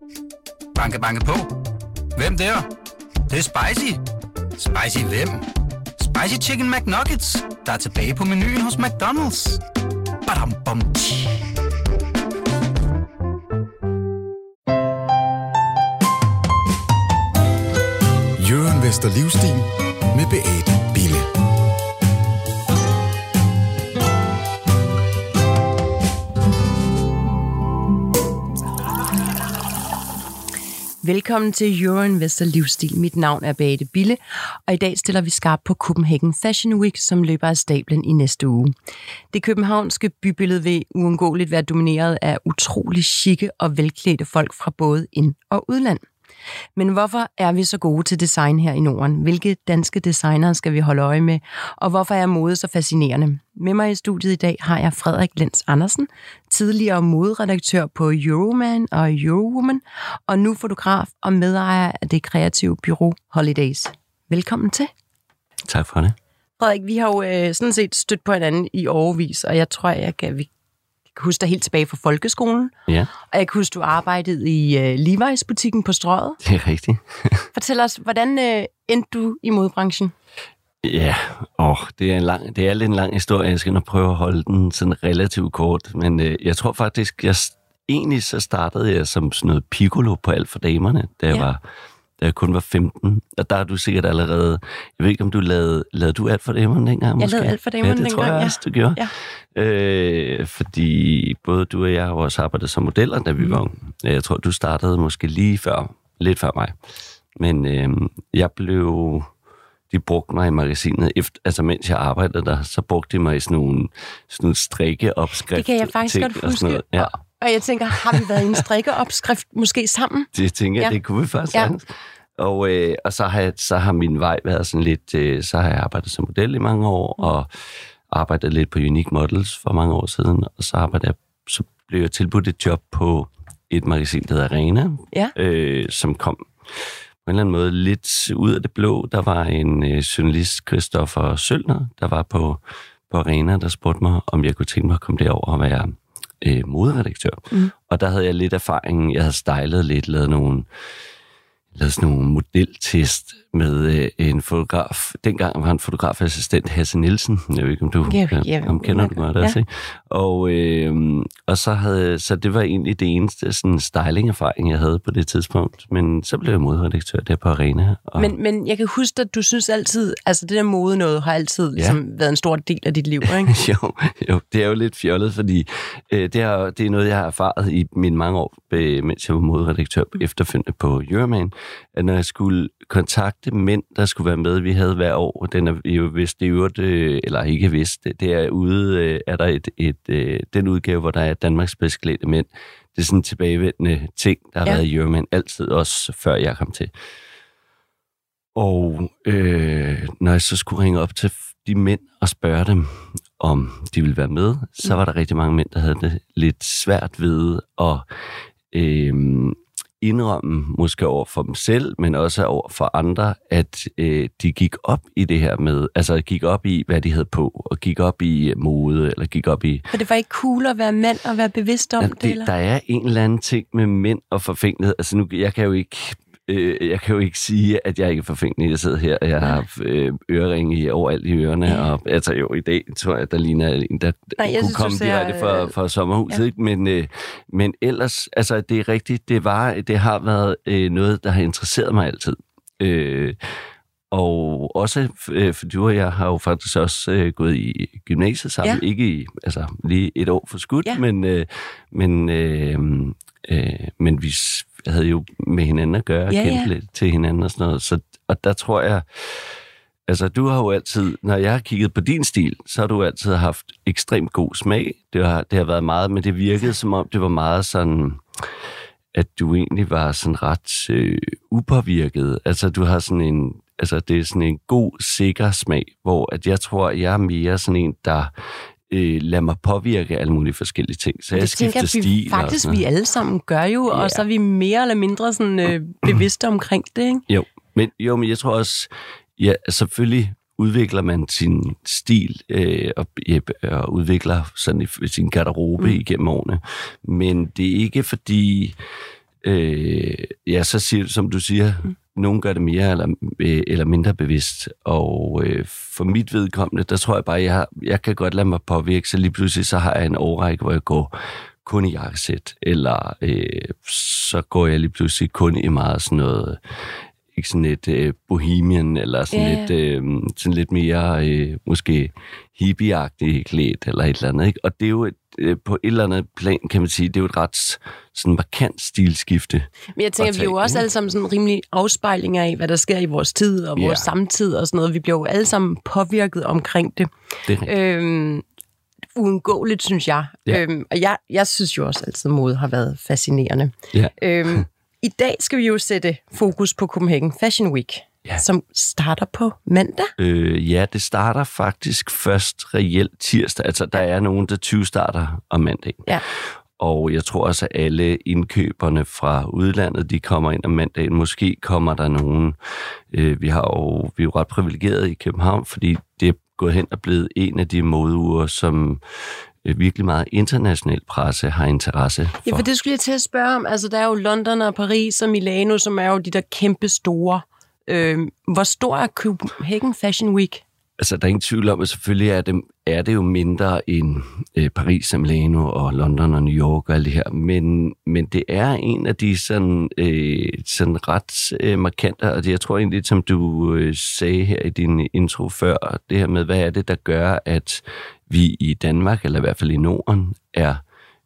Banke, banke på. Hvem der? Det er spicy. Spicy hvem? Spicy Chicken McNuggets, der er tilbage på menuen hos McDonald's. Badum, bom, tji. Jørgen Vester Livsstil med Beate Bille. Velkommen til Jørgen Vester Livsstil. Mit navn er Beate Bille, og i dag stiller vi skarp på Copenhagen Fashion Week, som løber af stablen i næste uge. Det københavnske bybillede vil uundgåeligt være domineret af utrolig chique og velklædte folk fra både ind- og udland. Men hvorfor er vi så gode til design her i Norden? Hvilke danske designere skal vi holde øje med? Og hvorfor er mode så fascinerende? Med mig i studiet i dag har jeg Frederik Lenz Andersen, tidligere moderedaktør på Euroman og Eurowoman, og nu fotograf og medejer af det kreative bureau Holidays. Velkommen til. Tak for det. Frederik, vi har jo sådan set stødt på hinanden i årevis, og jeg tror, vi kan huske dig helt tilbage fra folkeskolen. Ja. Og jeg kan huske, du arbejdede i Levi's-butikken på Strøget. Det er rigtigt. Fortæl os, hvordan endte du i modebranchen? Ja, det er lidt en lang historie. Jeg skal nok prøve at holde den sådan relativt kort. Men jeg tror faktisk, egentlig så startede jeg som sådan noget piccolo på alt for damerne, da jeg kun var 15. Og der er du sikkert allerede... Jeg ved ikke, om du lavede du alt for damerne dengang? Jeg lavede alt for damerne dengang, det tror jeg også, du gjorde. Ja. Fordi både du og jeg har også arbejdet som modeller, da vi var unge. Jeg tror, du startede måske lidt før mig. Men de brugte mig i magasinet, mens jeg arbejdede der, så brugte de mig i sådan nogle strikkeopskrifter. Det kan jeg faktisk godt huske. Ja. Og jeg tænker, har vi været i en strikkeopskrift måske sammen? Det tænker jeg, det kunne vi faktisk sagtens. Og så har min vej været sådan lidt, så har jeg arbejdet som model i mange år, og arbejdet lidt på Unique Models for mange år siden, og så blev jeg tilbudt et job på et magasin, der hedder Arena, som kom på en eller anden måde lidt ud af det blå. Der var en journalist, Christoffer Sølner, der var på Arena, der spurgte mig, om jeg kunne tænke mig at komme derover og være moderedaktør. Og der havde jeg lidt erfaring. Jeg havde stylet lidt, lavet sådan nogle modeltest med en fotograf. Dengang var han fotografassistent, Hasse Nielsen. Jeg ved ikke, om du kender du godt også, ikke? Og så det var egentlig det eneste sådan styling-erfaring, jeg havde på det tidspunkt. Men så blev jeg moderedaktør der på Arena. Men jeg kan huske, at du synes altid, altså det der mode noget har altid ligesom været en stor del af dit liv, ikke? jo, det er jo lidt fjollet, fordi det er noget, jeg har erfaret i mine mange år, mens jeg var moderedaktør efterfølgende på Euroman, at når jeg skulle kontakte mænd, der skulle være med, vi havde hver år, den er jo vist det øvrigt, eller ikke vist, det er ude, er der den udgave, hvor der er Danmarks bedst klædte mænd. Det er sådan en tilbagevendende ting, der har været i Euroman altid, også før jeg kom til. Og når jeg så skulle ringe op til de mænd og spørge dem, om de ville være med, så var der rigtig mange mænd, der havde det lidt svært ved at indrømme, måske over for dem selv, men også over for andre, at de gik op i det her med, altså gik op i, hvad de havde på, og gik op i mode, eller gik op i... For det var ikke cool at være mand og være bevidst om det, eller? Der er en eller anden ting med mænd og forfængelighed. Altså nu, jeg kan jo ikke sige, at jeg ikke er forfængelig. Jeg sidder her, og jeg har øreringe overalt i ørerne, og altså jo, i dag tror jeg, der ligner en, der kunne komme direkte fra sommerhuset. Ikke? Men ellers, altså det er rigtigt, det har været noget, der har interesseret mig altid. Og også, for du og jeg har jo faktisk også gået i gymnasiet sammen, ikke lige et år for skudt, men vi havde jo med hinanden at gøre, kendt lidt til hinanden og sådan noget. Så, og der tror jeg, altså du har jo altid, når jeg har kigget på din stil, så har du altid haft ekstremt god smag. Det har været meget, men det virkede som om, det var meget sådan, at du egentlig var sådan ret upåvirket. Altså du har sådan en, altså det er sådan en god, sikker smag, hvor at jeg tror, jeg er mere sådan en, der lader mig påvirke alle mulige forskellige ting. Så jeg skifter stil. Faktisk vi alle sammen gør jo, og så er vi mere eller mindre sådan, bevidste omkring det, ikke? Men jeg tror også, selvfølgelig udvikler man sin stil og udvikler sådan sin garderobe igennem årene. Men det er ikke fordi, så siger, som du siger, nogen gør det mere eller mindre bevidst. Og for mit vedkommende, der tror jeg bare, jeg kan godt lade mig påvirke, så lige pludselig så har jeg en årrække, hvor jeg går kun i jakkesæt, eller så går jeg lige pludselig kun i meget sådan noget, ikke sådan et bohemian, eller sådan sådan lidt mere måske hippieagtigt klædt, eller et eller andet, ikke? Og det er jo på et eller andet plan, kan man sige, det er jo et ret sådan markant stilskifte. Men jeg tænker, vi er jo også alle sammen sådan rimelig afspejlinger af, hvad der sker i vores tid, og vores samtid og sådan noget. Vi bliver jo alle sammen påvirket omkring det. Uundgåeligt, synes jeg. Ja. Og jeg synes jo også altid, mode har været fascinerende. Ja. I dag skal vi jo sætte fokus på Copenhagen Fashion Week, som starter på mandag. Det starter faktisk først reelt tirsdag. Altså, der er nogen, der 20 starter om mandag. Ja. Og jeg tror også, at alle indkøberne fra udlandet, de kommer ind om mandagen. Måske kommer der nogen. Vi er jo ret privilegerede i København, fordi det er gået hen og blevet en af de modeuger, som virkelig meget international presse har interesse for. Ja, for det skulle jeg til at spørge om. Altså, der er jo London og Paris og Milano, som er jo de der kæmpe store. Hvor stor er Copenhagen Fashion Week? Altså, der er ingen tvivl om, at selvfølgelig er det jo mindre end Paris og Milano og London og New York og alt det her, men det er en af de sådan ret markante, og det, jeg tror egentlig, som du sagde her i din intro før, det her med, hvad er det, der gør, at vi i Danmark, eller i hvert fald i Norden, er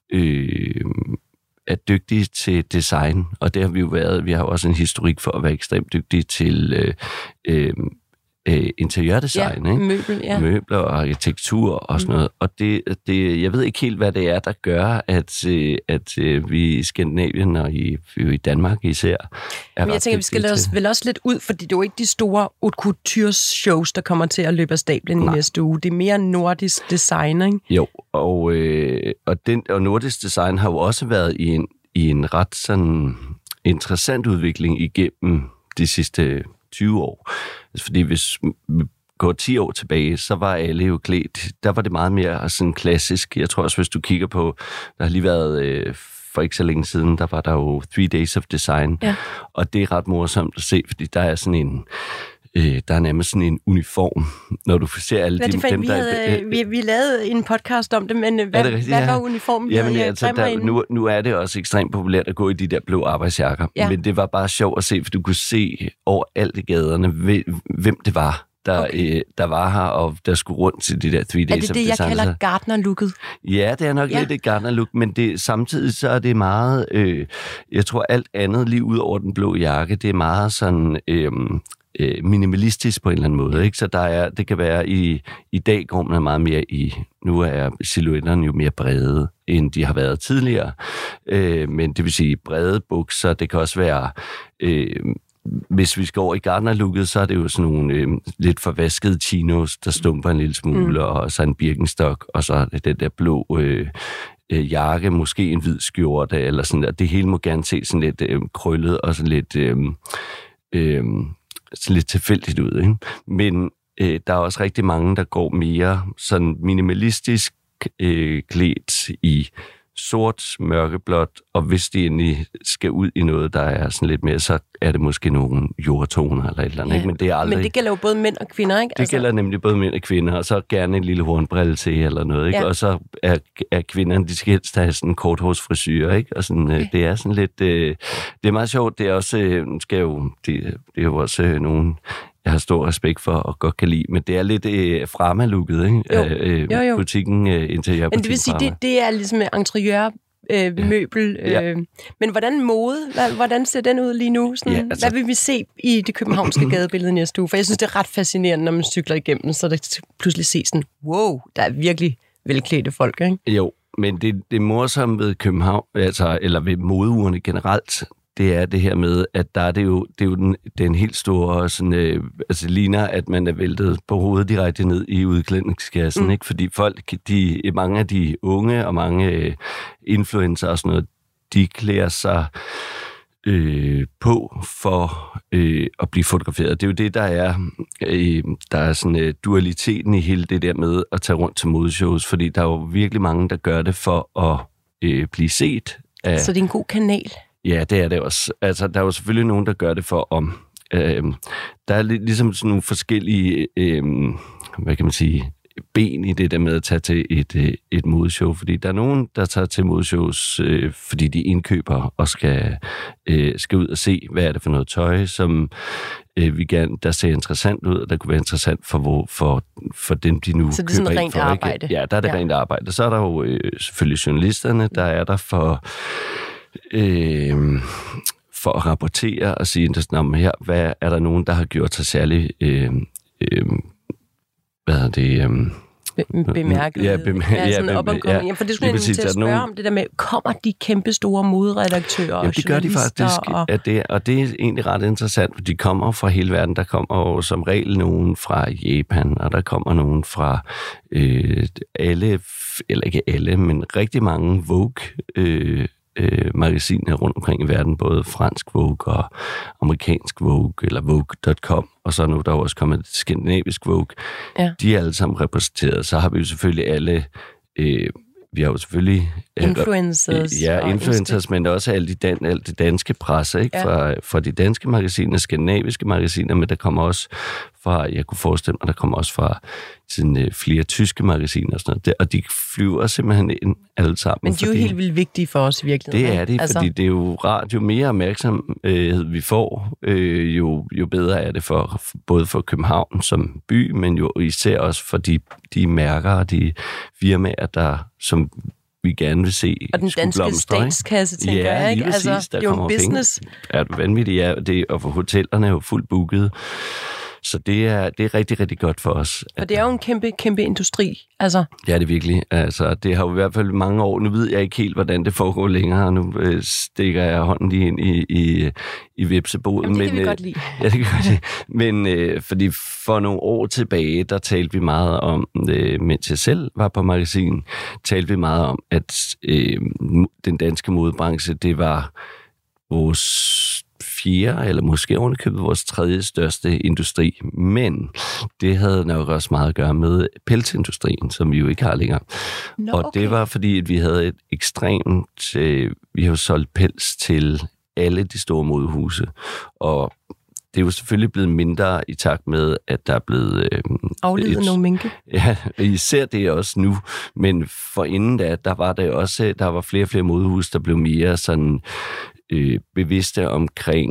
dygtige til design, og det har vi jo været. Vi har jo også en historik for at være ekstremt dygtige til interiørdesign, ikke? Møbler og arkitektur og sådan noget. Og det, jeg ved ikke helt, hvad det er, der gør, at vi i Skandinavien og i Danmark især er. Men jeg tænker, vi skal lade os vel også lidt ud, fordi det er jo ikke de store haute couture shows, der kommer til at løbe af stablen i næste uge. Det er mere nordisk design, ikke? Jo, og nordisk design har jo også været i en ret sådan interessant udvikling igennem de sidste 20 år. Fordi hvis vi går 10 år tilbage, så var alle jo klædt. Der var det meget mere sådan klassisk. Jeg tror også, hvis du kigger på, der har lige været for ikke så længe siden, der var der jo 3 Days of Design. Ja. Og det er ret morsomt at se, fordi der er sådan en der er nærmest sådan en uniform, når du ser alle dem, der... Vi lavede en podcast om det, men hvad var uniformen? Jamen, nu er det også ekstremt populært at gå i de der blå arbejdsjakker, men det var bare sjovt at se, for du kunne se overalt i gaderne, hvem det var, der var her, og der skulle rundt til de der 3 Days of Design. Er det det, jeg kalder Gardner-looket? Ja, det er nok lidt et Gardner-look, men samtidig så er det meget... jeg tror, alt andet lige ud over den blå jakke, det er meget sådan... minimalistisk på en eller anden måde, ikke? Så det kan være i dag går man meget mere nu er silhuetterne jo mere brede, end de har været tidligere. Men det vil sige brede bukser, det kan også være, hvis vi skal over i Gardner-looket, så er det jo sådan nogle lidt forvaskede chinos, der stumper en lille smule, og så en Birkenstock, og så er det den der blå jakke, måske en hvid skjorte, eller sådan der. Det hele må gerne se sådan lidt krøllet, og sådan lidt tilfældigt ud, ikke? Men der er også rigtig mange, der går mere sådan minimalistisk klædt i sort, mørkeblåt, og hvis de endelig skal ud i noget, der er sådan lidt mere, så er det måske nogle jordtoner eller et eller andet, ikke? Men det er aldrig... Men det gælder jo både mænd og kvinder, ikke? Det gælder nemlig både mænd og kvinder, og så gerne en lille hornbrille til eller noget, ikke? Ja. Og så er kvinderne, de skal helst have sådan en korthårsfrisyr, ikke? Og sådan, det er sådan lidt... det er meget sjovt, det er også... det er jo også nogen... jeg har stor respekt for og godt kan lide, men det er lidt Frama-looket, ikke? Jo. Butikken, interiørbutikken. Men det vil sige, det er ligesom interiør, møbel. Men hvordan mode? Hvordan ser den ud lige nu? Sådan, hvad vil vi se i det københavnske gadebillede næste uge? For jeg synes, det er ret fascinerende, når man cykler igennem, så det pludselig ses sådan, wow, der er virkelig velklædte folk, ikke? Jo, men det morsomme ved København, altså, eller ved modeugerne generelt, det er det her med, at der er det er jo den helt store, sådan, altså ligner, at man er væltet på hovedet direkte ned i udklædningskassen, ikke? Fordi folk, mange af de unge og mange influencer og sådan noget, de klæder sig på for at blive fotograferet. Det er jo det, der er sådan dualiteten i hele det der med at tage rundt til modeshows, fordi der er jo virkelig mange, der gør det for at blive set af... Så det er en god kanal? Ja, det er det også. Altså, der er jo selvfølgelig nogen, der gør det for om. Der er ligesom sådan nogle forskellige, hvad kan man sige, ben i det der med at tage til et modeshow, fordi der er nogen, der tager til modeshows, fordi de indkøber og skal ud og se, hvad er det for noget tøj, som vi gerne, der ser interessant ud, og der kunne være interessant for dem, de nu så det er køber sådan ind for. rent arbejde? Ja, der er det rent arbejde. Så er der jo selvfølgelig journalisterne, der er der for at rapportere og sige, her, hvad er der nogen, der har gjort sig særligt bemærket. Ja, ja, for det skulle jeg til at spørge om, det der med, kommer de kæmpe store moderedaktører og det gør de faktisk, og det er egentlig ret interessant, for de kommer fra hele verden. Der kommer jo som regel nogen fra Japan, og der kommer nogen fra alle, eller ikke alle, men rigtig mange Vogue magasiner rundt omkring i verden, både fransk Vogue og amerikansk Vogue, eller Vogue.com, og så nu der er også kommet skandinavisk Vogue. Ja. De er alle sammen repræsenteret. Så har vi jo selvfølgelig alle, vi har jo selvfølgelig influencers. Influencers, men også alt det danske presse, ikke? Ja. Fra de danske magasiner, skandinaviske magasiner, men der kommer også fra, jeg kunne forestille mig, der kommer også fra sådan, flere tyske magasiner og sådan noget. Og de flyver simpelthen ind alle sammen. Men de er jo helt vildt vigtige for os virkelig. Det er det, fordi det er jo rart, jo mere opmærksomhed vi får, jo bedre er det både for København som by, men jo især også for de mærker og de firmaer, som vi gerne vil se. Og den danske statskasse, tænker jeg, ikke? Præcis, altså, det er jo en business. Er det vanvittigt, ja. Og for hotellerne er jo fuldt booket. Så det er rigtig, rigtig godt for os. Og det er jo en kæmpe, kæmpe industri. Altså. Ja, det er virkelig. Altså, det har jo i hvert fald mange år. Nu ved jeg ikke helt, hvordan det foregår længere, og nu stikker jeg hånden lige ind i vepseboden. Jamen, det kan vi godt lide. Ja, det kan vi godt lide. Men fordi for nogle år tilbage, der talte vi meget om, mens jeg selv var på magasin, talte vi meget om, at den danske modebranche, det var vores 4. eller måske ovenikøbet vores 3. største industri. Men det havde nok også meget at gøre med pelsindustrien, som vi jo ikke har længere. Og det var fordi, at vi havde et ekstremt... vi har jo solgt pels til alle de store modehuse. Og det er jo selvfølgelig blevet mindre i takt med, at der er blevet... aflevet nogle minke. Ja, især det også nu. Men forinden da, der var der også... Der var flere og flere modehuse, der blev mere sådan... bevidste omkring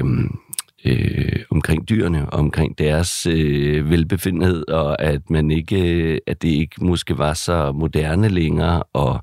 dyrene, omkring deres velbefindenhed, og at det ikke måske var så moderne længere, og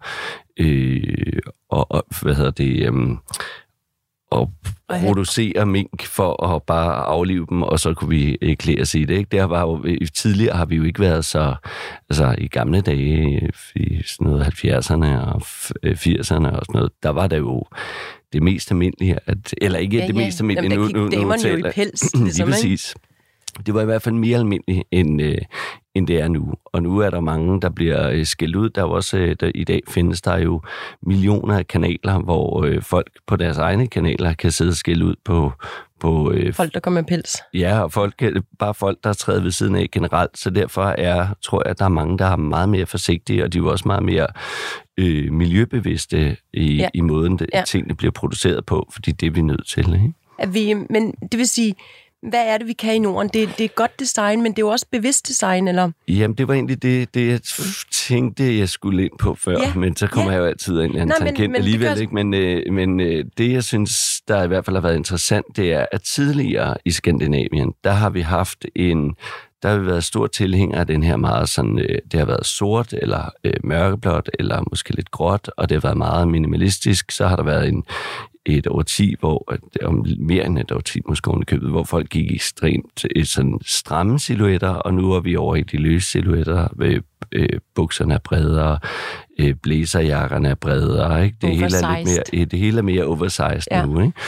og producere mink for at bare aflive dem, og så kunne vi klæde os i det. Ikke? Tidligere har vi jo ikke været så... Altså, i gamle dage, i sådan noget 70'erne og 80'erne og sådan noget, der var der jo det mest almindelige, det mest almindelige. Jamen, der gik damerne jo i pels, ligesom, præcis. Det var i hvert fald mere almindeligt, end det er nu. Og nu er der mange, der bliver skældt ud. Der er også, i dag findes der jo millioner af kanaler, hvor folk på deres egne kanaler kan sidde og skælde ud på folk, der kommer med pels. Ja, og bare folk, der er trædet ved siden af generelt. Så derfor tror jeg, at der er mange, der er meget mere forsigtige, og de er jo også meget mere miljøbevidste i måden, tingene bliver produceret på, fordi det er vi nødt til. Ikke? Men det vil sige, hvad er det, vi kan i Norden? Det er godt design, men det er jo også bevidst design, eller? Jamen, det var egentlig det jeg tænkte, jeg skulle ind på før, men så kommer jeg jo altid ind i en tangent alligevel. Ikke? Men det, jeg synes, der i hvert fald har været interessant, det er, at tidligere i Skandinavien, der har vi haft der har vi været stor tilhænger af den her meget sådan, det har været sort, eller mørkeblåt, eller måske lidt gråt, og det har været meget minimalistisk. Så har der været et årti, mere end et årti måske ovenikøbet, hvor folk gik ekstremt sådan stramme silhuetter, og nu er vi over i de løse silhuetter. Bukserne er bredere, blæserjakkerne er bredere, ikke? Det hele er mere oversized nu, ikke?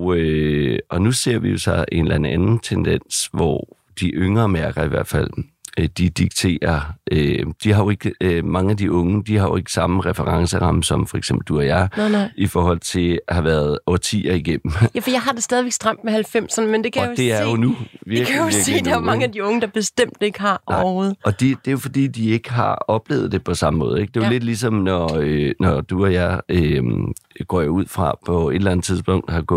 Og nu ser vi jo så en eller anden tendens, hvor de yngre mærker i hvert fald de dikterer. De har jo ikke, mange af de unge, de har jo ikke samme referenceramme som for eksempel du og jeg, i forhold til at have været årtier igennem. Ja, for jeg har det stadigvæk stramt med 90'erne, men det kan og jeg jo det er se. Jo nu. Det kan jo se, der er mange af de unge, der bestemt ikke har overhovedet. Og det er jo fordi, de ikke har oplevet det på samme måde. Ikke? Det er jo lidt ligesom, når du og jeg går jeg ud fra på et eller andet tidspunkt, har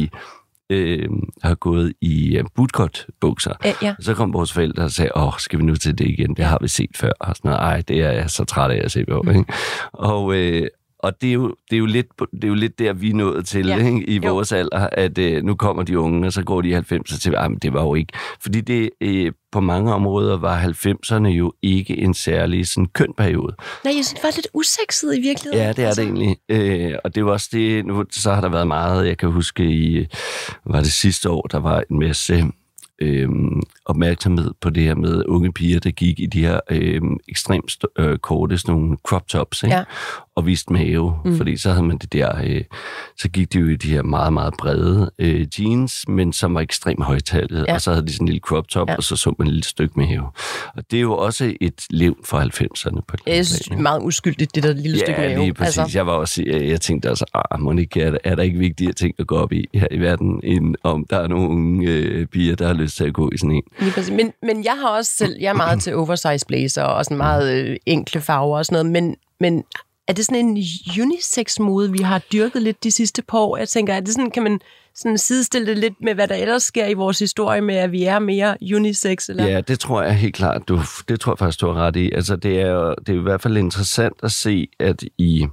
gået i bootcut-bukser. Så kom vores forældre og sagde, skal vi nu til det igen? Det har vi set før. Og sådan noget. Det er jeg så træt af at se på. Ikke? Og det er jo lidt der, vi er nået til ikke? I vores alder, at nu kommer de unge, og så går de i 90'erne til, men det var jo ikke. Fordi det på mange områder var 90'erne jo ikke en særlig sådan køn periode. Nej, jeg synes, det var lidt usekset i virkeligheden. Ja, det er det egentlig. Og det var også det, nu så har der været meget, jeg kan huske var det sidste år, der var en masse opmærksomhed på det her med unge piger, der gik i de her ekstremt korte sådan nogle crop tops, ikke? Og viste mave, fordi så havde man det der, så gik de jo i de her meget, meget brede jeans, men som var ekstremt højtallet, og så havde de sådan en lille crop top, og så man et lille stykke mave. Og det er jo også et levn fra 90'erne. På jeg synes, det er meget uskyldigt, det der lille stykke mave. Ja, lige præcis. Altså. Jeg tænkte også, Monika, er der ikke vigtigere ting at gå op i her i verden, end om der er nogle unge piger, der har lyst til at gå i sådan en. Men jeg har også selv, jeg er meget til oversize blazer, og sådan meget enkle farver og sådan noget, men er det sådan en unisex-mode, vi har dyrket lidt de sidste par år? Jeg tænker, er det sådan, kan man sådan sidestille det lidt med, hvad der ellers sker i vores historie med, at vi er mere unisex? Eller? Ja, det tror jeg helt klart. Det tror jeg faktisk, du har ret i. Altså, det er i hvert fald interessant at se, at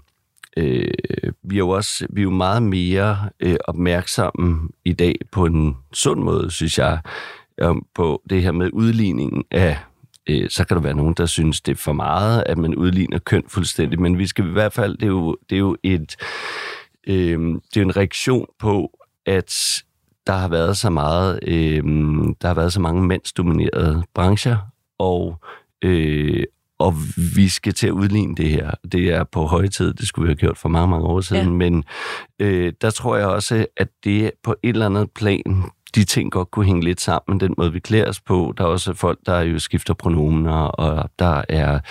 vi er jo meget mere opmærksomme i dag på en sund måde, synes jeg, på det her med udligningen af. Så kan der være nogen, der synes, det er for meget, at man udligner køn fuldstændig, men vi skal i hvert fald, det er jo en reaktion på, at der har været så mange mandsdominerede brancher, og vi skal til at udligne det her. Det er på høje tid, det skulle vi have gjort for mange, mange år siden, men der tror jeg også, at det på et eller andet plan, de ting godt kunne hænge lidt sammen, den måde vi klæder os på. Der er også folk, der jo skifter pronomener, og der er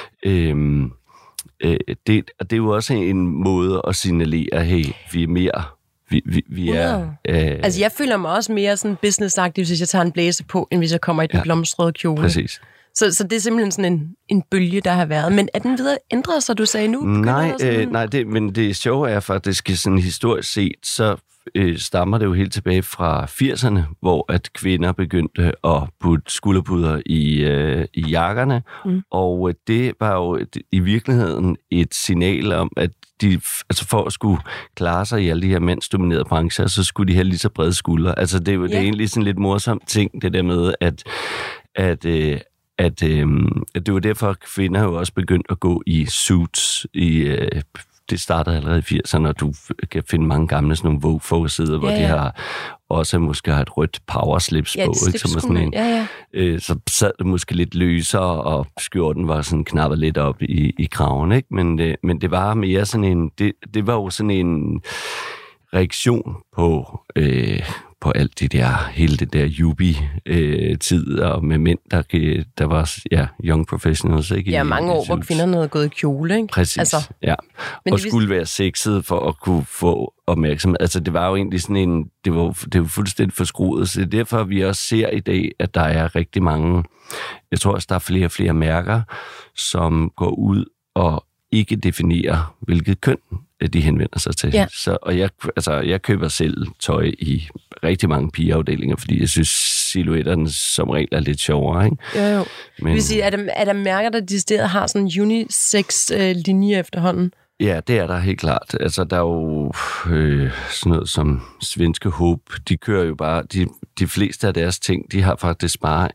det er jo også en måde at signalere, hey, vi er mere. Vi er... Altså, jeg føler mig også mere sådan business-agtig, hvis jeg tager en blæser på, end hvis jeg kommer i den blomstrede kjole. Præcis. Så det er simpelthen sådan en bølge, der har været. Men er den videre ændret sig, du sagde nu? Men det sjove er faktisk, sådan historisk set, så stammer det jo helt tilbage fra 80'erne, hvor at kvinder begyndte at putte skulderpuder i jakkerne, og det var jo i virkeligheden et signal om, at de, altså for at skulle klare sig i alle de her mandsdominerede brancher, så skulle de have lige så brede skuldre. Altså det er egentlig sådan lidt morsomt ting, det der med, at det var derfor, at kvinder jo også begyndte at gå i suits det startede allerede i 80'erne, og du kan finde mange gamle sådan nogle Vogue-forsider, hvor de har også måske har et rødt powerslips på, ikke? Som sådan en, så sad det måske lidt løsere, og skjorten var sådan knappet lidt op i kraven, ikke? Men det var mere sådan en, det var jo sådan en reaktion på alt det der, hele det der yuppie-tid, og med mænd, der var, young professionals, ikke? Ja, mange år, hvor kvinderne havde gået i kjole, ikke? Præcis, altså, og skulle være sexet for at kunne få opmærksomhed. Altså, det var jo egentlig sådan en, det var fuldstændig forskruet, så det er derfor, vi også ser i dag, at der er rigtig mange, jeg tror også, der er flere og flere mærker, som går ud og ikke definerer, hvilket køn de henvender sig til. Ja. Og jeg køber selv tøj i rigtig mange pigeafdelinger, fordi jeg synes, silhuetterne som regel er lidt sjovere, ikke? Jo. Men, vil sige, er der mærker, der decideret har sådan en unisex-linje efterhånden? Ja, det er der helt klart. Altså, der er jo sådan noget som Svenske Håb. De kører jo bare, de fleste af deres ting, de har faktisk bare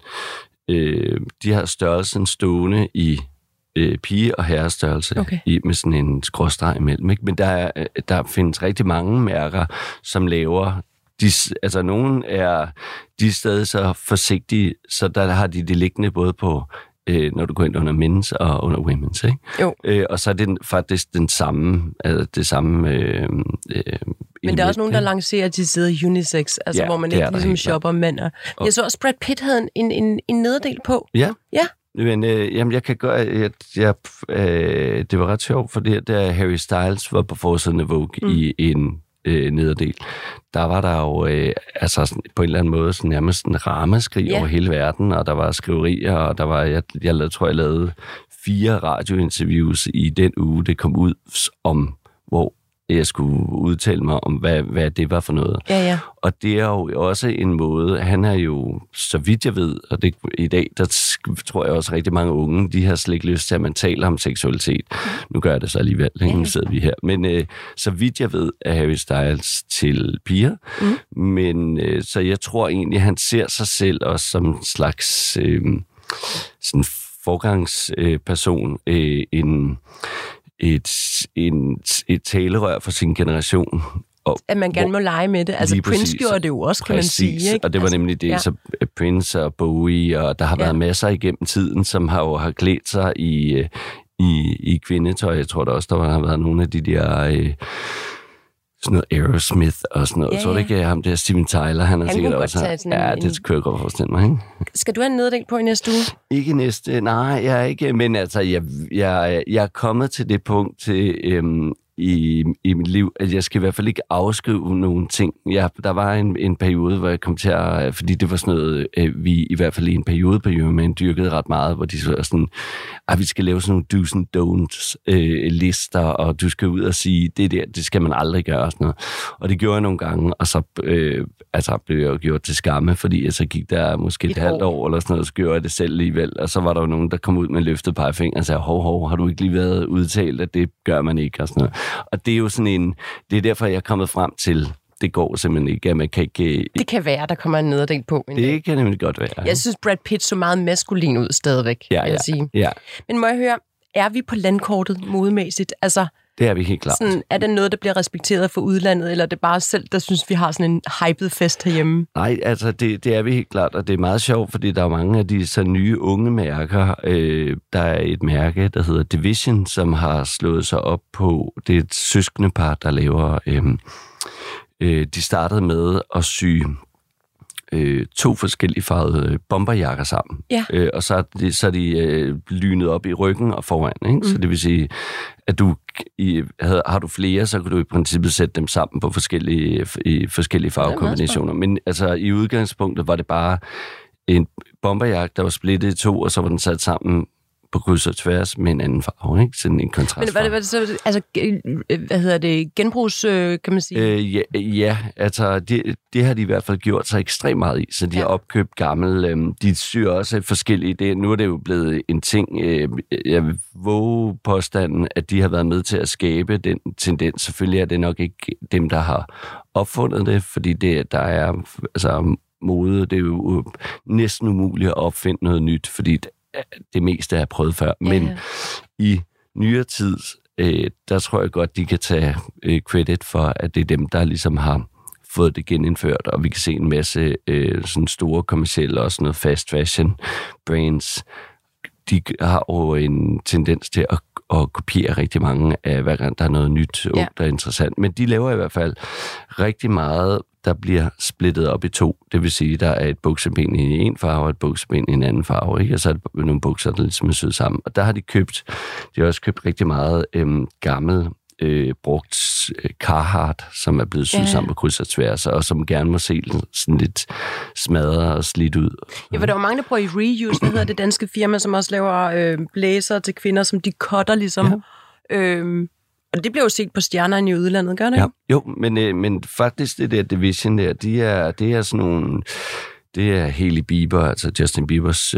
de har størrelsen stående i pige- og herrestørrelse med sådan en skråstreg imellem. Ikke? Men der findes rigtig mange mærker, som laver... Altså, nogen er stadig så forsigtige, så der har de det liggende både på når du går ind under men's og under women's, ikke? Jo. Og så er det faktisk den samme, det samme... Men der er også nogen, der lancerer, at de sidder unisex, altså hvor man ikke ligesom shopper mænd. Jeg så også, Brad Pitt havde en nederdel på. Ja. Ja. Men jamen, jeg kan gøre... det var ret sjovt, fordi da Harry Styles var på forsiden af Vogue i en nederdel, der var der jo altså på en eller anden måde sådan, nærmest en ramaskrig over hele verden, og der var skriverier, og der var... Jeg tror, jeg lavede 4 radiointerviews i den uge, det kom ud om, hvor jeg skulle udtale mig om, hvad det var for noget. Ja. Og det er jo også en måde, han er jo, så vidt jeg ved, og det, i dag, der tror jeg også rigtig mange unge, de har slet ikke lyst til, at man taler om seksualitet. Nu gør jeg det så alligevel, nu sidder vi her. Men så vidt jeg ved, er Harry Styles til piger. Men så jeg tror egentlig, han ser sig selv også som en slags sådan forgangsperson, et talerør for sin generation. Og at man gerne må lege med det. Altså Prince gjorde det jo også, kan man sige. Ikke? Og det var nemlig det. Så Prince og Bowie, og der har været masser igennem tiden, som har klædt sig i kvindetøj. Jeg tror da også, der har været nogle af de der... sådan noget Aerosmith og sådan noget. Ja. Så det ikke ham der Steven Tyler, han er sikkert også... det kunne jeg godt forestille mig, ikke? Skal du have en neddel på i næste uge? Ikke næste, nej, jeg er ikke, men altså, jeg er kommet til det punkt i mit liv, at jeg skal i hvert fald ikke afskrive nogle ting. Der var en periode, hvor jeg kom til at... Fordi det var sådan noget, vi i hvert fald i en periode på Euroman dyrkede ret meget, hvor de så sådan, vi skal lave sådan nogle do's and don'ts lister, og du skal ud og sige, det skal man aldrig gøre, og sådan noget. Og det gjorde jeg nogle gange, og så blev jeg jo gjort til skamme, fordi så gik der måske et halvt år, eller sådan noget, så gjorde jeg det selv alligevel, og så var der jo nogen, der kom ud med løftet pegefinger og sagde, hov, har du ikke lige været udtalt, at det gør man ikke, og sådan noget. Og det er jo sådan det er derfor, jeg er kommet frem til, det går simpelthen ikke, at man kan ikke... Det kan være, der kommer en nederdel på. Det kan nemlig godt være. Jeg synes, Brad Pitt så meget maskulin ud stadigvæk, vil jeg sige. Ja. Men må jeg høre, er vi på landkortet modemæssigt? Altså, det er vi helt klart. Sådan, er det noget, der bliver respekteret for udlandet, eller er det bare selv, der synes, vi har sådan en hyped fest herhjemme? Nej, altså det er vi helt klart, og det er meget sjovt, fordi der er mange af de så nye unge mærker. Der er et mærke, der hedder Division, som har slået sig op på, det er et søskendepar, der laver... de startede med at sy 2 forskellige farvede bomberjakker sammen. Ja. Og så er de lynet op i ryggen og foran. Ikke? Så det vil sige, at har du flere, så kan du i princippet sætte dem sammen på forskellige farvekombinationer. Men altså i udgangspunktet var det bare en bomberjakke, der var splittet i 2, og så var den sat sammen på kryds og tværs med en anden farve, ikke? Sådan en kontrastfarve. Men var det så, altså, hvad hedder det, genbrugs, kan man sige? Ja, altså, det har de i hvert fald gjort sig ekstremt meget i, så de har opkøbt gammel, de syr også forskellige, nu er det jo blevet en ting, jeg vil våge påstanden, at de har været med til at skabe den tendens. Selvfølgelig er det nok ikke dem, der har opfundet det, fordi der er, altså, mode, det er jo næsten umuligt at opfinde noget nyt, fordi det meste er prøvet før. Men i nyere tid, der tror jeg godt, de kan tage credit for, at det er dem, der ligesom har fået det genindført, og vi kan se en masse sådan store kommercielle og sådan noget fast fashion brands. De har jo en tendens til at kopiere rigtig mange af, hver gang der er noget nyt, der er interessant. Men de laver i hvert fald rigtig meget, der bliver splittet op i 2. Det vil sige, der er et bukseben i en farve, og et bukseben i en anden farve, ikke? Og så er der nogle bukser, der ligesom er syet sammen. Og der har de har også købt rigtig meget gammel, brugt Carhartt, som er blevet syet sammen på kryds og tværs, og som gerne må se sådan lidt smadret og slidt ud. Ja, for der er jo mange, der prøver i Reuse, hvad hedder det danske firma, som også laver blæser til kvinder, som de cutter ligesom. Ja. Og det bliver jo set på stjernerne i udlandet, gør det ikke? Jo, men faktisk det der Division der, det er sådan nogle... Det er Hailey Bieber, altså Justin Biebers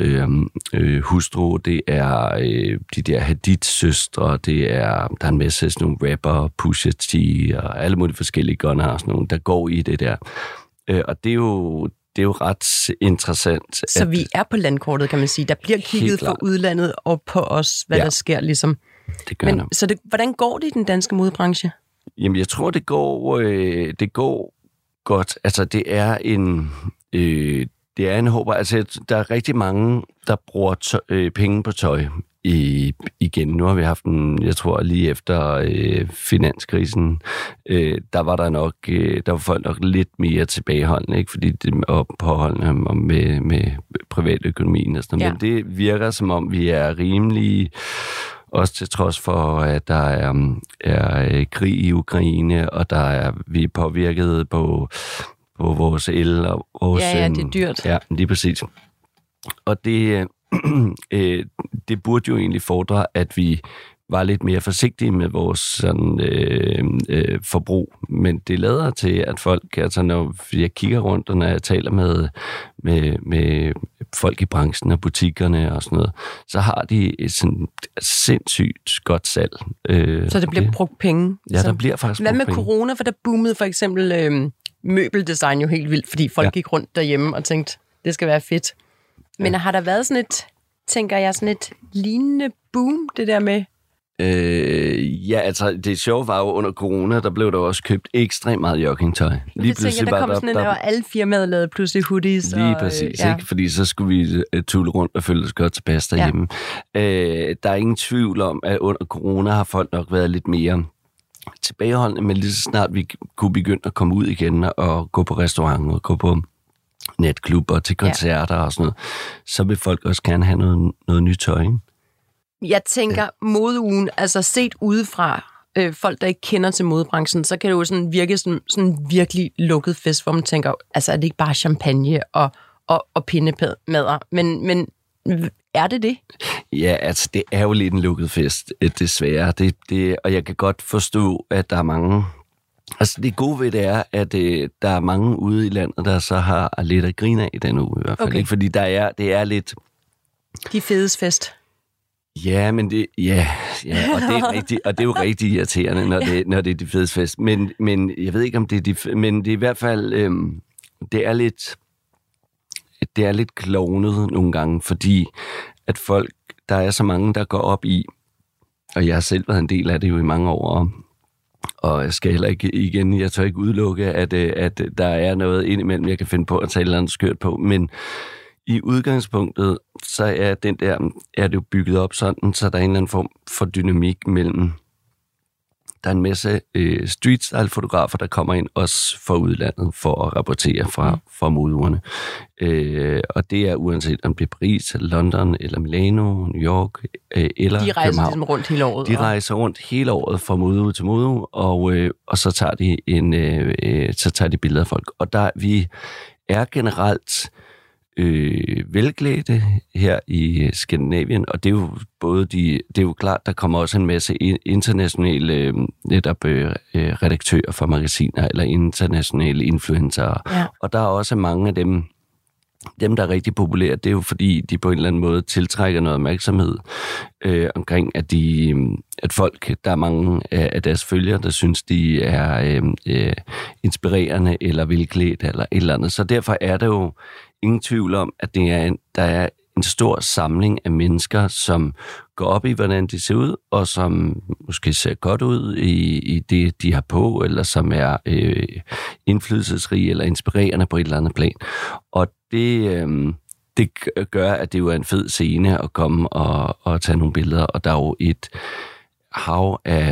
hustru. Det er de der Hadid-søstre. Der er en masse sådan nogle rapper, Pusha T og alle mulige forskellige gunner og sådan nogle, der går i det der. Og det er jo ret interessant. Så vi er på landkortet, kan man sige. Der bliver kigget fra udlandet og på os, hvad der sker ligesom. Det gør det. Så hvordan går det i den danske modebranche? Jamen, jeg tror, det går godt. Altså, det er Det er en håber. Altså, der er rigtig mange, der bruger penge på tøj igen. Nu har vi haft jeg tror lige efter finanskrisen, der var folk nok lidt mere tilbageholdende, ikke? Fordi det er påholdende med privatøkonomien og sådan noget. Men det virker som om, vi er rimelige, også til trods for, at der er krig i Ukraine, og vi er påvirket på vores el og vores... Ja, det er dyrt. Ja, lige præcis. Og det burde jo egentlig fordre, at vi var lidt mere forsigtige med vores sådan, forbrug. Men det lader til, at folk, altså når jeg kigger rundt, og når jeg taler med folk i branchen og butikkerne og sådan noget, så har de et sådan sindssygt godt salg. Så det bliver brugt penge? Ja, der bliver faktisk brugt penge. Hvad med corona? For der boomede for eksempel møbeldesign jo helt vildt, fordi folk gik rundt derhjemme og tænkte, det skal være fedt. Men har der været sådan sådan et lignende boom, det der med? Ja, altså det sjove var jo under corona, der blev der også købt ekstremt meget joggingtøj. Lige pludselig der kom sådan en, der alle firmaer lavede pludselig hoodies. Lige præcis, ikke? Fordi så skulle vi tulle rundt og føle os godt tilpas derhjemme. Der er ingen tvivl om, at under corona har folk nok været lidt mere tilbageholdende, men lige så snart vi kunne begynde at komme ud igen og gå på restauranter og gå på netklubber til koncerter og sådan noget, så vil folk også gerne have noget nyt tøj, ikke? Jeg tænker, modeugen, altså set udefra, folk, der ikke kender til modebranchen, så kan det jo sådan virke som sådan en virkelig lukket fest, hvor man tænker, altså er det ikke bare champagne og pindemadder, men er det? Ja, altså det er jo lidt en lukket fest, desværre. Og jeg kan godt forstå, at der er mange... Altså det gode ved det er, at der er mange ude i landet, der så har lidt at grine af i den uge i hvert fald. Okay. Ikke? Fordi det er lidt... De fedes fest. Ja, men og det er rigtigt, og det er jo rigtig irriterende, når det er de fedes fest. Men jeg ved ikke, om det er men det er i hvert fald, det er lidt klovnet nogle gange, fordi at folk, der er så mange, der går op i, og jeg har selv været en del af det jo i mange år, og jeg skal heller ikke igen, jeg tør ikke udelukke, at der er noget indimellem, jeg kan finde på at tage et eller andet skørt på, men i udgangspunktet, så er det jo bygget op sådan, så der er en eller anden form for dynamik mellem... Der er en masse street-style-fotografer, der kommer ind også fra udlandet for at rapportere fra modeugerne. Og det er uanset om det er Paris, London, eller Milano, New York, eller København. De rejser ligesom rundt hele året? De rejser rundt hele året fra modeuge til modeuge, og så tager de billeder af folk. Og vi er generelt... velklædte her i Skandinavien, og det er jo det er jo klart, der kommer også en masse internationale redaktører for magasiner, eller internationale influencer, og der er også mange af dem, der er rigtig populære, det er jo fordi, de på en eller anden måde tiltrækker noget opmærksomhed omkring, at folk, der er mange af deres følgere, der synes, de er inspirerende, eller velklædt, eller et eller andet. Så derfor er der jo ingen tvivl om, at der er en stor samling af mennesker, som går op i, hvordan de ser ud, og som måske ser godt ud i det, de har på, eller som er indflydelsesrige eller inspirerende på et eller andet plan. Og det gør, at det jo er en fed scene at komme og tage nogle billeder, og der er jo et hav af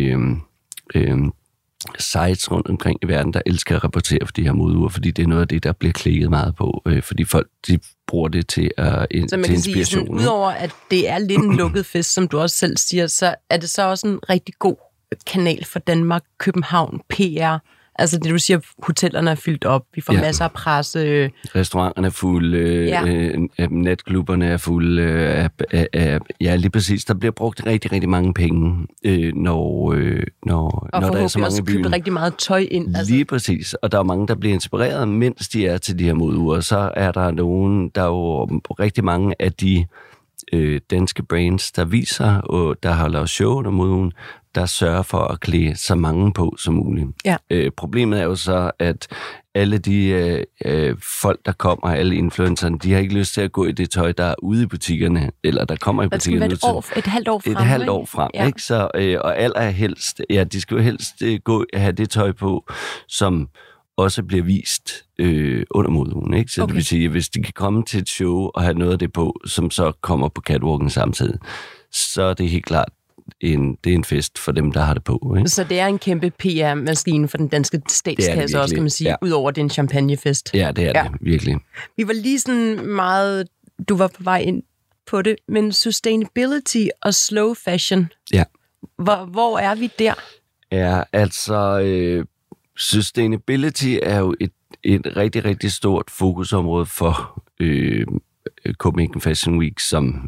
sites rundt omkring i verden, der elsker at rapportere for de her modeuger, fordi det er noget af det, der bliver klikket meget på, fordi folk de bruger det til inspiration. Så udover at det er lidt en lukket fest, som du også selv siger, så er det så også en rigtig god kanal for Danmark, København, PR. Altså det, du siger, hotellerne er fyldt op, vi får masser af presse. Restauranterne er fulde, netklubberne er fulde, lige præcis. Der bliver brugt rigtig, rigtig mange penge, når der er så mange i byen. Og købt rigtig meget tøj ind. Altså. Lige præcis, og der er mange, der bliver inspireret, mens de er til de her modeuger. Så er der er jo rigtig mange af de danske brands, der viser, og der holder show under modeugen, der sørger for at klæde så mange på som muligt. Ja. Problemet er jo så, at alle de folk, der kommer, alle influencerne, de har ikke lyst til at gå i det tøj, der er ude i butikkerne, eller der kommer i butikkerne. Det skal være et halvt år frem. Et halvt år frem, ikke? Så, og de skal jo helst have det tøj på, som også bliver vist under modeugen, ikke? Så okay. Det vil sige, at hvis de kan komme til et show og have noget af det på, som så kommer på catwalken samtidig, så er det helt klart det er en fest for dem, der har det på. Ikke? Så det er en kæmpe PR-maskine for den danske statskasse også, kan man sige, udover det er en champagnefest. Ja, det er det, virkelig. Vi var lige sådan meget, du var på vej ind på det, men sustainability og slow fashion, hvor er vi der? Ja, altså sustainability er jo et rigtig, rigtig stort fokusområde for Copenhagen Fashion Week, som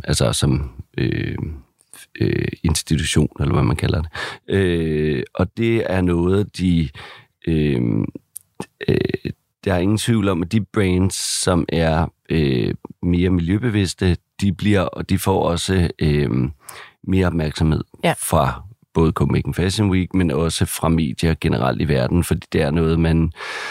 institution, eller hvad man kalder det. Og det er noget, der er ingen tvivl om, at de brands, som er mere miljøbevidste, de får også mere opmærksomhed fra både Copenhagen Fashion Week, men også fra medier generelt i verden, fordi det er noget, man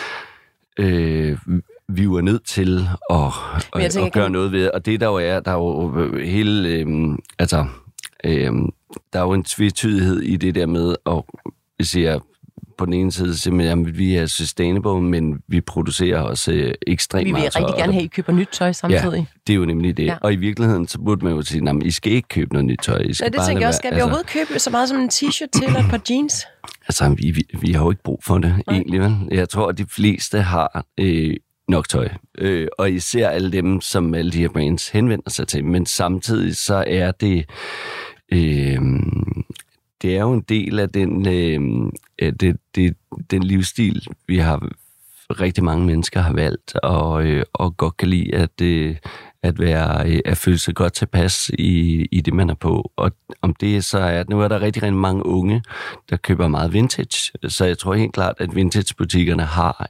vi var nødt til at gøre noget ved. Og det der er jo hele, der er jo en tvetydighed i det der med, og vi siger på den ene side simpelthen, at vi er sustainable, men vi producerer også ekstremt meget tøj. Vi vil rigtig gerne have, at I køber nyt tøj samtidig. Ja, det er jo nemlig det. Ja. Og i virkeligheden, så burde man jo sige, at I skal ikke købe noget nyt tøj. Så det tænker jeg også, skal vi overhovedet købe så meget som en t-shirt til og et par jeans? Altså, vi har jo ikke brug for det, egentlig. Vel? Jeg tror, at de fleste har nok tøj. Og især alle dem, som alle de her brands henvender sig til. Men samtidig så er det... det er jo en del af den livsstil, vi har rigtig mange mennesker har valgt, og godt kan lide at føle sig godt tilpas i det, man er på. Og om det så er, nu er der rigtig, rigtig mange unge, der køber meget vintage. Så jeg tror helt klart, at vintagebutikkerne har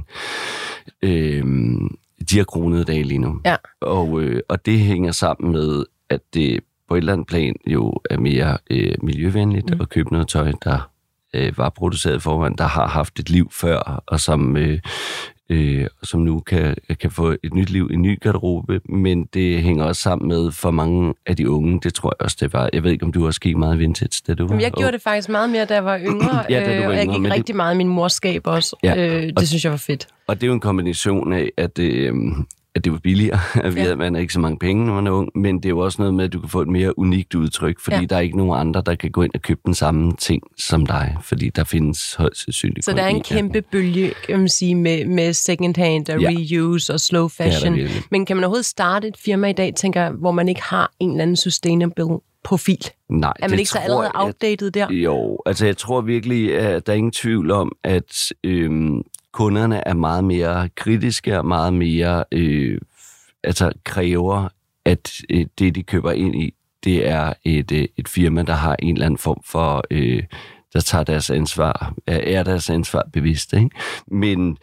de har kronede dage lige nu. Ja. Og det hænger sammen med, at det på et eller andet plan jo er mere miljøvenligt at købe noget tøj, der var produceret foran, der har haft et liv før, og som nu kan få et nyt liv, en ny garderobe, men det hænger også sammen med for mange af de unge, det tror jeg også, det var. Jeg ved ikke, om du også gik meget vintage, da du var. Jeg gjorde det faktisk meget mere, da jeg var yngre, og jeg gik rigtig meget i min mors skab også. Det synes jeg var fedt. Og det er jo en kombination af, at det var billigere, at man har ikke så mange penge, når man er ung, men det er jo også noget med, at du kan få et mere unikt udtryk, fordi der er ikke nogen andre, der kan gå ind og købe den samme ting som dig, fordi der findes højst sandsynligt. Så der er en kæmpe bølge, kan man sige, med second hand og reuse og slow fashion. Men kan man overhovedet starte et firma i dag, tænker, hvor man ikke har en eller anden sustainable profil? Nej, er man ikke så allerede outdated der? Jo, altså jeg tror virkelig, at der er ingen tvivl om, at kunderne er meget mere kritiske og meget mere kræver, at det, de køber ind i, det er et firma, der har en eller anden form for, der tager deres ansvar, er deres ansvar bevidst. Ikke? Men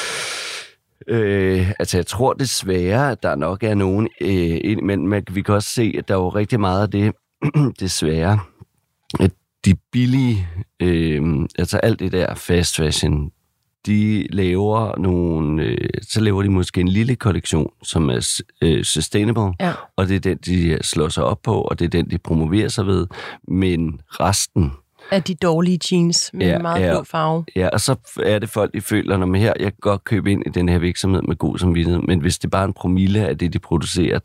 jeg tror desværre, at der nok er nogen, men vi kan også se, at der er jo rigtig meget af det, desværre, at de billige, alt det der fast fashion, de laver så laver de måske en lille kollektion, som er sustainable, og det er den, de slår sig op på, og det er den, de promoverer sig ved, men resten af de dårlige jeans med meget blå farve. Ja, og så er det folk, de føler, når man her, jeg kan godt købe ind i den her virksomhed med god samvittighed, men hvis det bare er en promille af det, de producerer,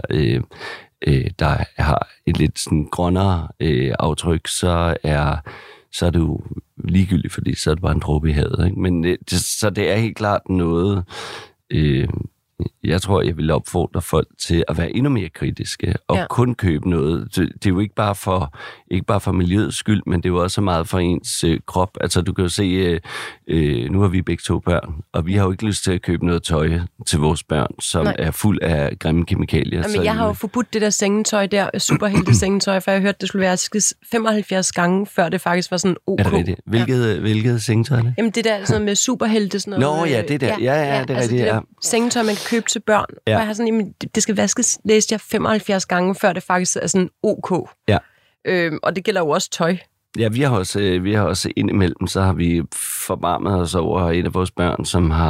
der har et lidt sådan grønnere aftryk, så er det jo ligegyldigt, fordi så er det bare en dråbe i havet. Ikke? Men så det er helt klart noget, jeg tror, jeg vil opfordre folk til at være endnu mere kritiske og kun købe noget. Det er jo ikke bare for miljøets skyld, men det er jo også meget for ens krop. Altså du kan jo se, nu har vi begge 2 børn, og vi har jo ikke lyst til at købe noget tøj til vores børn, som er fuld af grimme kemikalier. Men jeg har jo forbudt det der sengetøj der, superhelte sengetøj, for jeg hørte, det skulle være 75 gange, før det faktisk var sådan OK. Er det rigtigt? Hvilket sengetøj er det? Jamen det der sådan med superhelte, sådan noget. Nå ja, det der. Ja, det er rigtigt. Det der sengetøj, man kan købe til børn. Ja. Og jeg har sådan, jamen, det skal vaskes, læste jeg 75 gange, før det faktisk er sådan OK. Ja. Og det gælder jo også tøj. Ja, vi har også indimellem, så har vi forbarmet os over en af vores børn,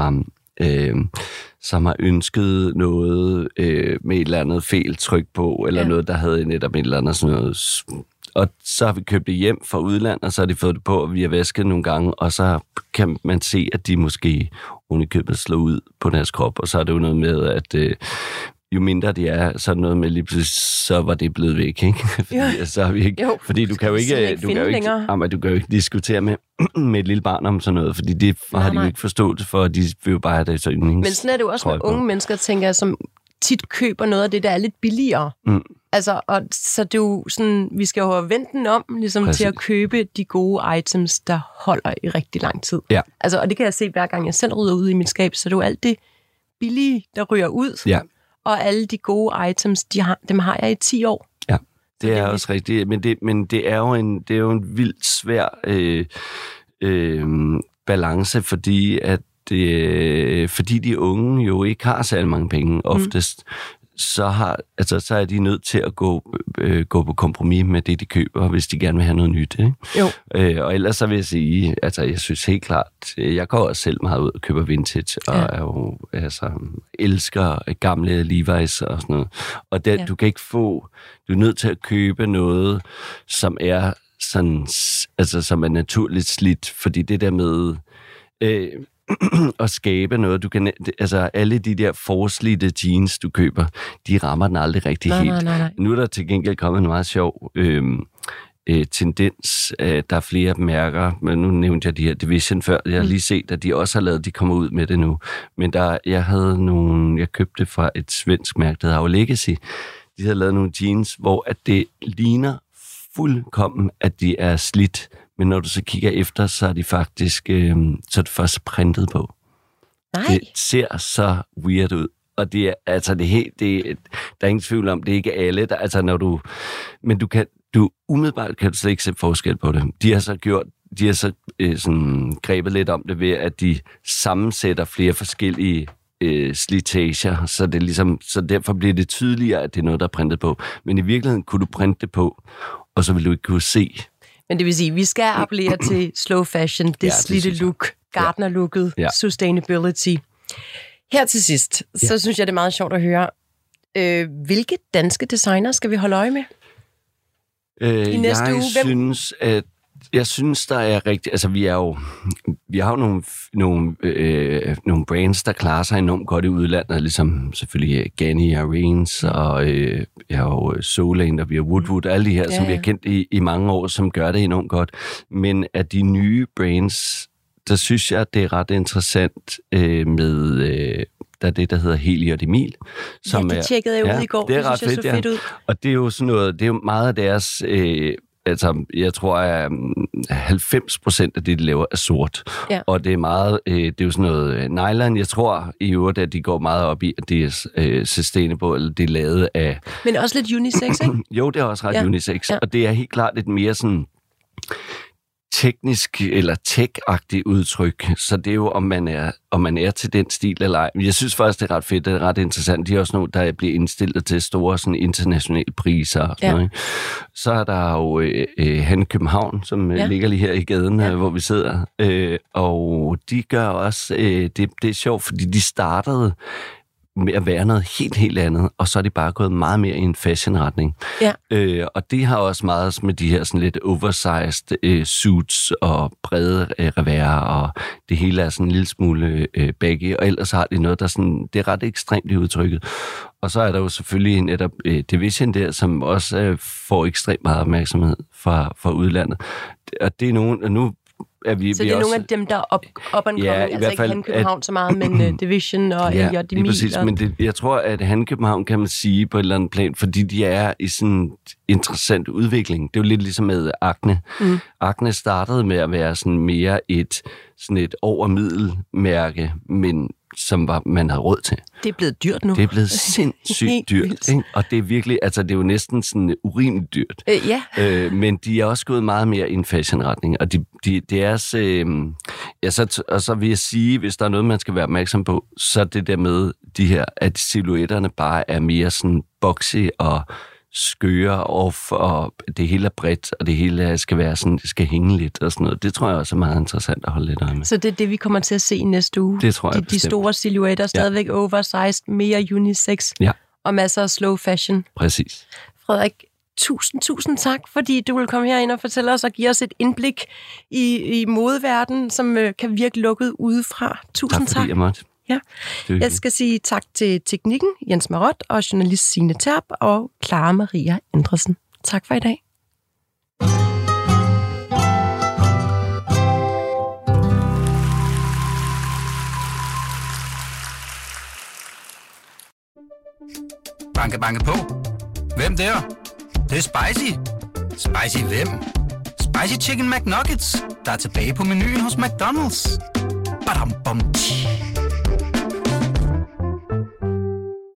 som har ønsket noget med et eller andet feltryk på, eller noget, der havde netop et eller andet sådan noget Og så har vi købt det hjem fra udlandet, og så har de fået det på, og vi har vasket nogle gange, og så kan man se, at de måske underkøbet slår ud på deres krop, og så er det jo noget med, at jo mindre de er, så er det noget med lige pludselig, så var det blevet væk, ikke? Fordi, så har vi ikke, fordi du kan jo ikke diskutere med et lille barn om sådan noget, fordi det har de jo ikke forståelse for, og de vil jo bare have det så yndlings. Men sådan er det jo også med unge mennesker, tænker jeg, som tit køber noget af det, der er lidt billigere. Altså, og så det er jo sådan, vi skal jo have vendt den om, ligesom til at købe de gode items, der holder i rigtig lang tid. Ja. Altså, og det kan jeg se, hver gang jeg selv rydder ud i mit skab, så det er jo alt det billige, der ryger ud. Ja. Og alle de gode items, dem har jeg i 10 år. Ja, det er også rigtigt. Men det er jo en vildt svær balance, fordi de unge jo ikke har særlig mange penge oftest. Så er de nødt til at gå på kompromis med det, de køber, hvis de gerne vil have noget nyt. Ikke? Jo. Og ellers så vil jeg sige, altså jeg synes helt klart, jeg går også selv meget ud og køber vintage, og er jo, elsker gamle Levi's og sådan noget. Og du kan ikke du er nødt til at købe noget, som er sådan, altså som er naturligt slidt, fordi det der med at skabe noget. Du kan, altså alle de der forslidte jeans, du køber, de rammer den aldrig rigtig helt. Nej. Nu er der til gengæld kommet en meget sjov tendens. Der er flere mærker, men nu nævnte jeg de her Division før. Jeg har lige set, at de også har lavet, de kommer ud med det nu. Men jeg købte fra et svensk mærke, der hedder Our Legacy. De havde lavet nogle jeans, hvor at det ligner fuldkommen, at de er slidt. Men når du så kigger efter, så er de faktisk så er det først printet på. Nej. Det ser så weird ud. Og det er altså der er ingen tvivl om, det er ikke alle, der altså men umiddelbart kan du slet ikke se forskel på det. De har så sådan grebet lidt om det ved, at de sammensætter flere forskellige slitager, så det ligesom, så derfor bliver det tydeligere, at det er noget, der er printet på. Men i virkeligheden kunne du printe det på, og så vil du ikke kunne se. Men det vil sige, at vi skal appellere til slow fashion, det slidte look, gartner-looket, sustainability. Her til sidst, så synes jeg, det er meget sjovt at høre, hvilke danske designer skal vi holde øje med i næste uge? Jeg synes, der er rigtig... Altså, vi har jo nogle brands, der klarer sig enormt godt i udlandet, ligesom selvfølgelig Ganni og Reens, og vi har jo Solane, og vi har Woodwood, alle de her, som vi har kendt i mange år, som gør det enormt godt. Men af de nye brands, der synes jeg, det er ret interessant med... Der er det, der hedder Heliot Emil. Som det tjekkede jeg ud i går. Det er ret fedt, så fedt ud. Og det er jo sådan noget, det er jo meget af deres... altså, jeg tror, at 90% af det, de laver, er sort. Ja. Og det er meget, det er jo sådan noget nylon. Jeg tror i øvrigt, at de går meget op i, at det er sustainable, eller det er lavet af... Men også lidt unisex, ikke? Jo, det er også ret unisex. Ja. Og det er helt klart lidt mere sådan teknisk eller tech-agtigt udtryk. Så det er jo, om man er til den stil eller ej. Jeg synes faktisk, det er ret fedt, det er ret interessant. De er også nogle, der bliver indstillet til store sådan, internationale priser og sådan noget. Ikke? Så er der jo Han København, som ligger lige her i gaden, hvor vi sidder. Og de gør også, det er sjovt, fordi de startede med at være noget helt andet, og så er de bare gået meget mere i en fashion-retning. Ja. Og det har også meget med de her sådan lidt oversized suits og brede revers, og det hele er sådan en lille smule baggy, og ellers har de noget, der sådan, det er ret ekstremt i udtrykket. Og så er der jo selvfølgelig netop Division der, som også får ekstremt meget opmærksomhed fra udlandet. Og det er nogen, nu så det er nogle af dem, der er up and coming, altså ikke Han København så meget, men Division og Elliot Emil. Præcis, men jeg tror, at Han København kan man sige på et eller andet plan, fordi de er i sådan en interessant udvikling. Det er jo lidt ligesom med Acne. Acne startede med at være sådan mere et overmiddelmærke, men som man havde råd til. Det er blevet dyrt nu. Det er blevet sindssygt dyrt. Ikke? Og det er virkelig, altså det er jo næsten sådan urimeligt dyrt. Men de er også gået meget mere i en fashion-retning. Og deres... og så vil jeg sige, hvis der er noget, man skal være opmærksom på, så det der med de her, at silhuetterne bare er mere sådan boxy og skøre off, og det hele er bredt, og det hele skal være sådan, det skal hænge lidt og sådan noget. Det tror jeg også er meget interessant at holde lidt øje med. Så det er det, vi kommer til at se næste uge? Det tror jeg de store silhuetter, stadigvæk oversized, mere unisex, og masser af slow fashion. Præcis. Frederik, Tusind tak, fordi du vil komme herind og fortælle os og give os et indblik i modeverdenen, som kan virke lukket udefra. Tusind tak. Tak fordi jeg måtte. Ja. Jeg skal sige tak til teknikken, Jens Marot, og journalist Signe Terp og Clara Maria Andresen. Tak for i dag. Banke, banke på. Hvem der? Det er spicy. Spicy hvem? Spicy Chicken McNuggets, der er tilbage på menuen hos McDonald's. Badum, bom, tji.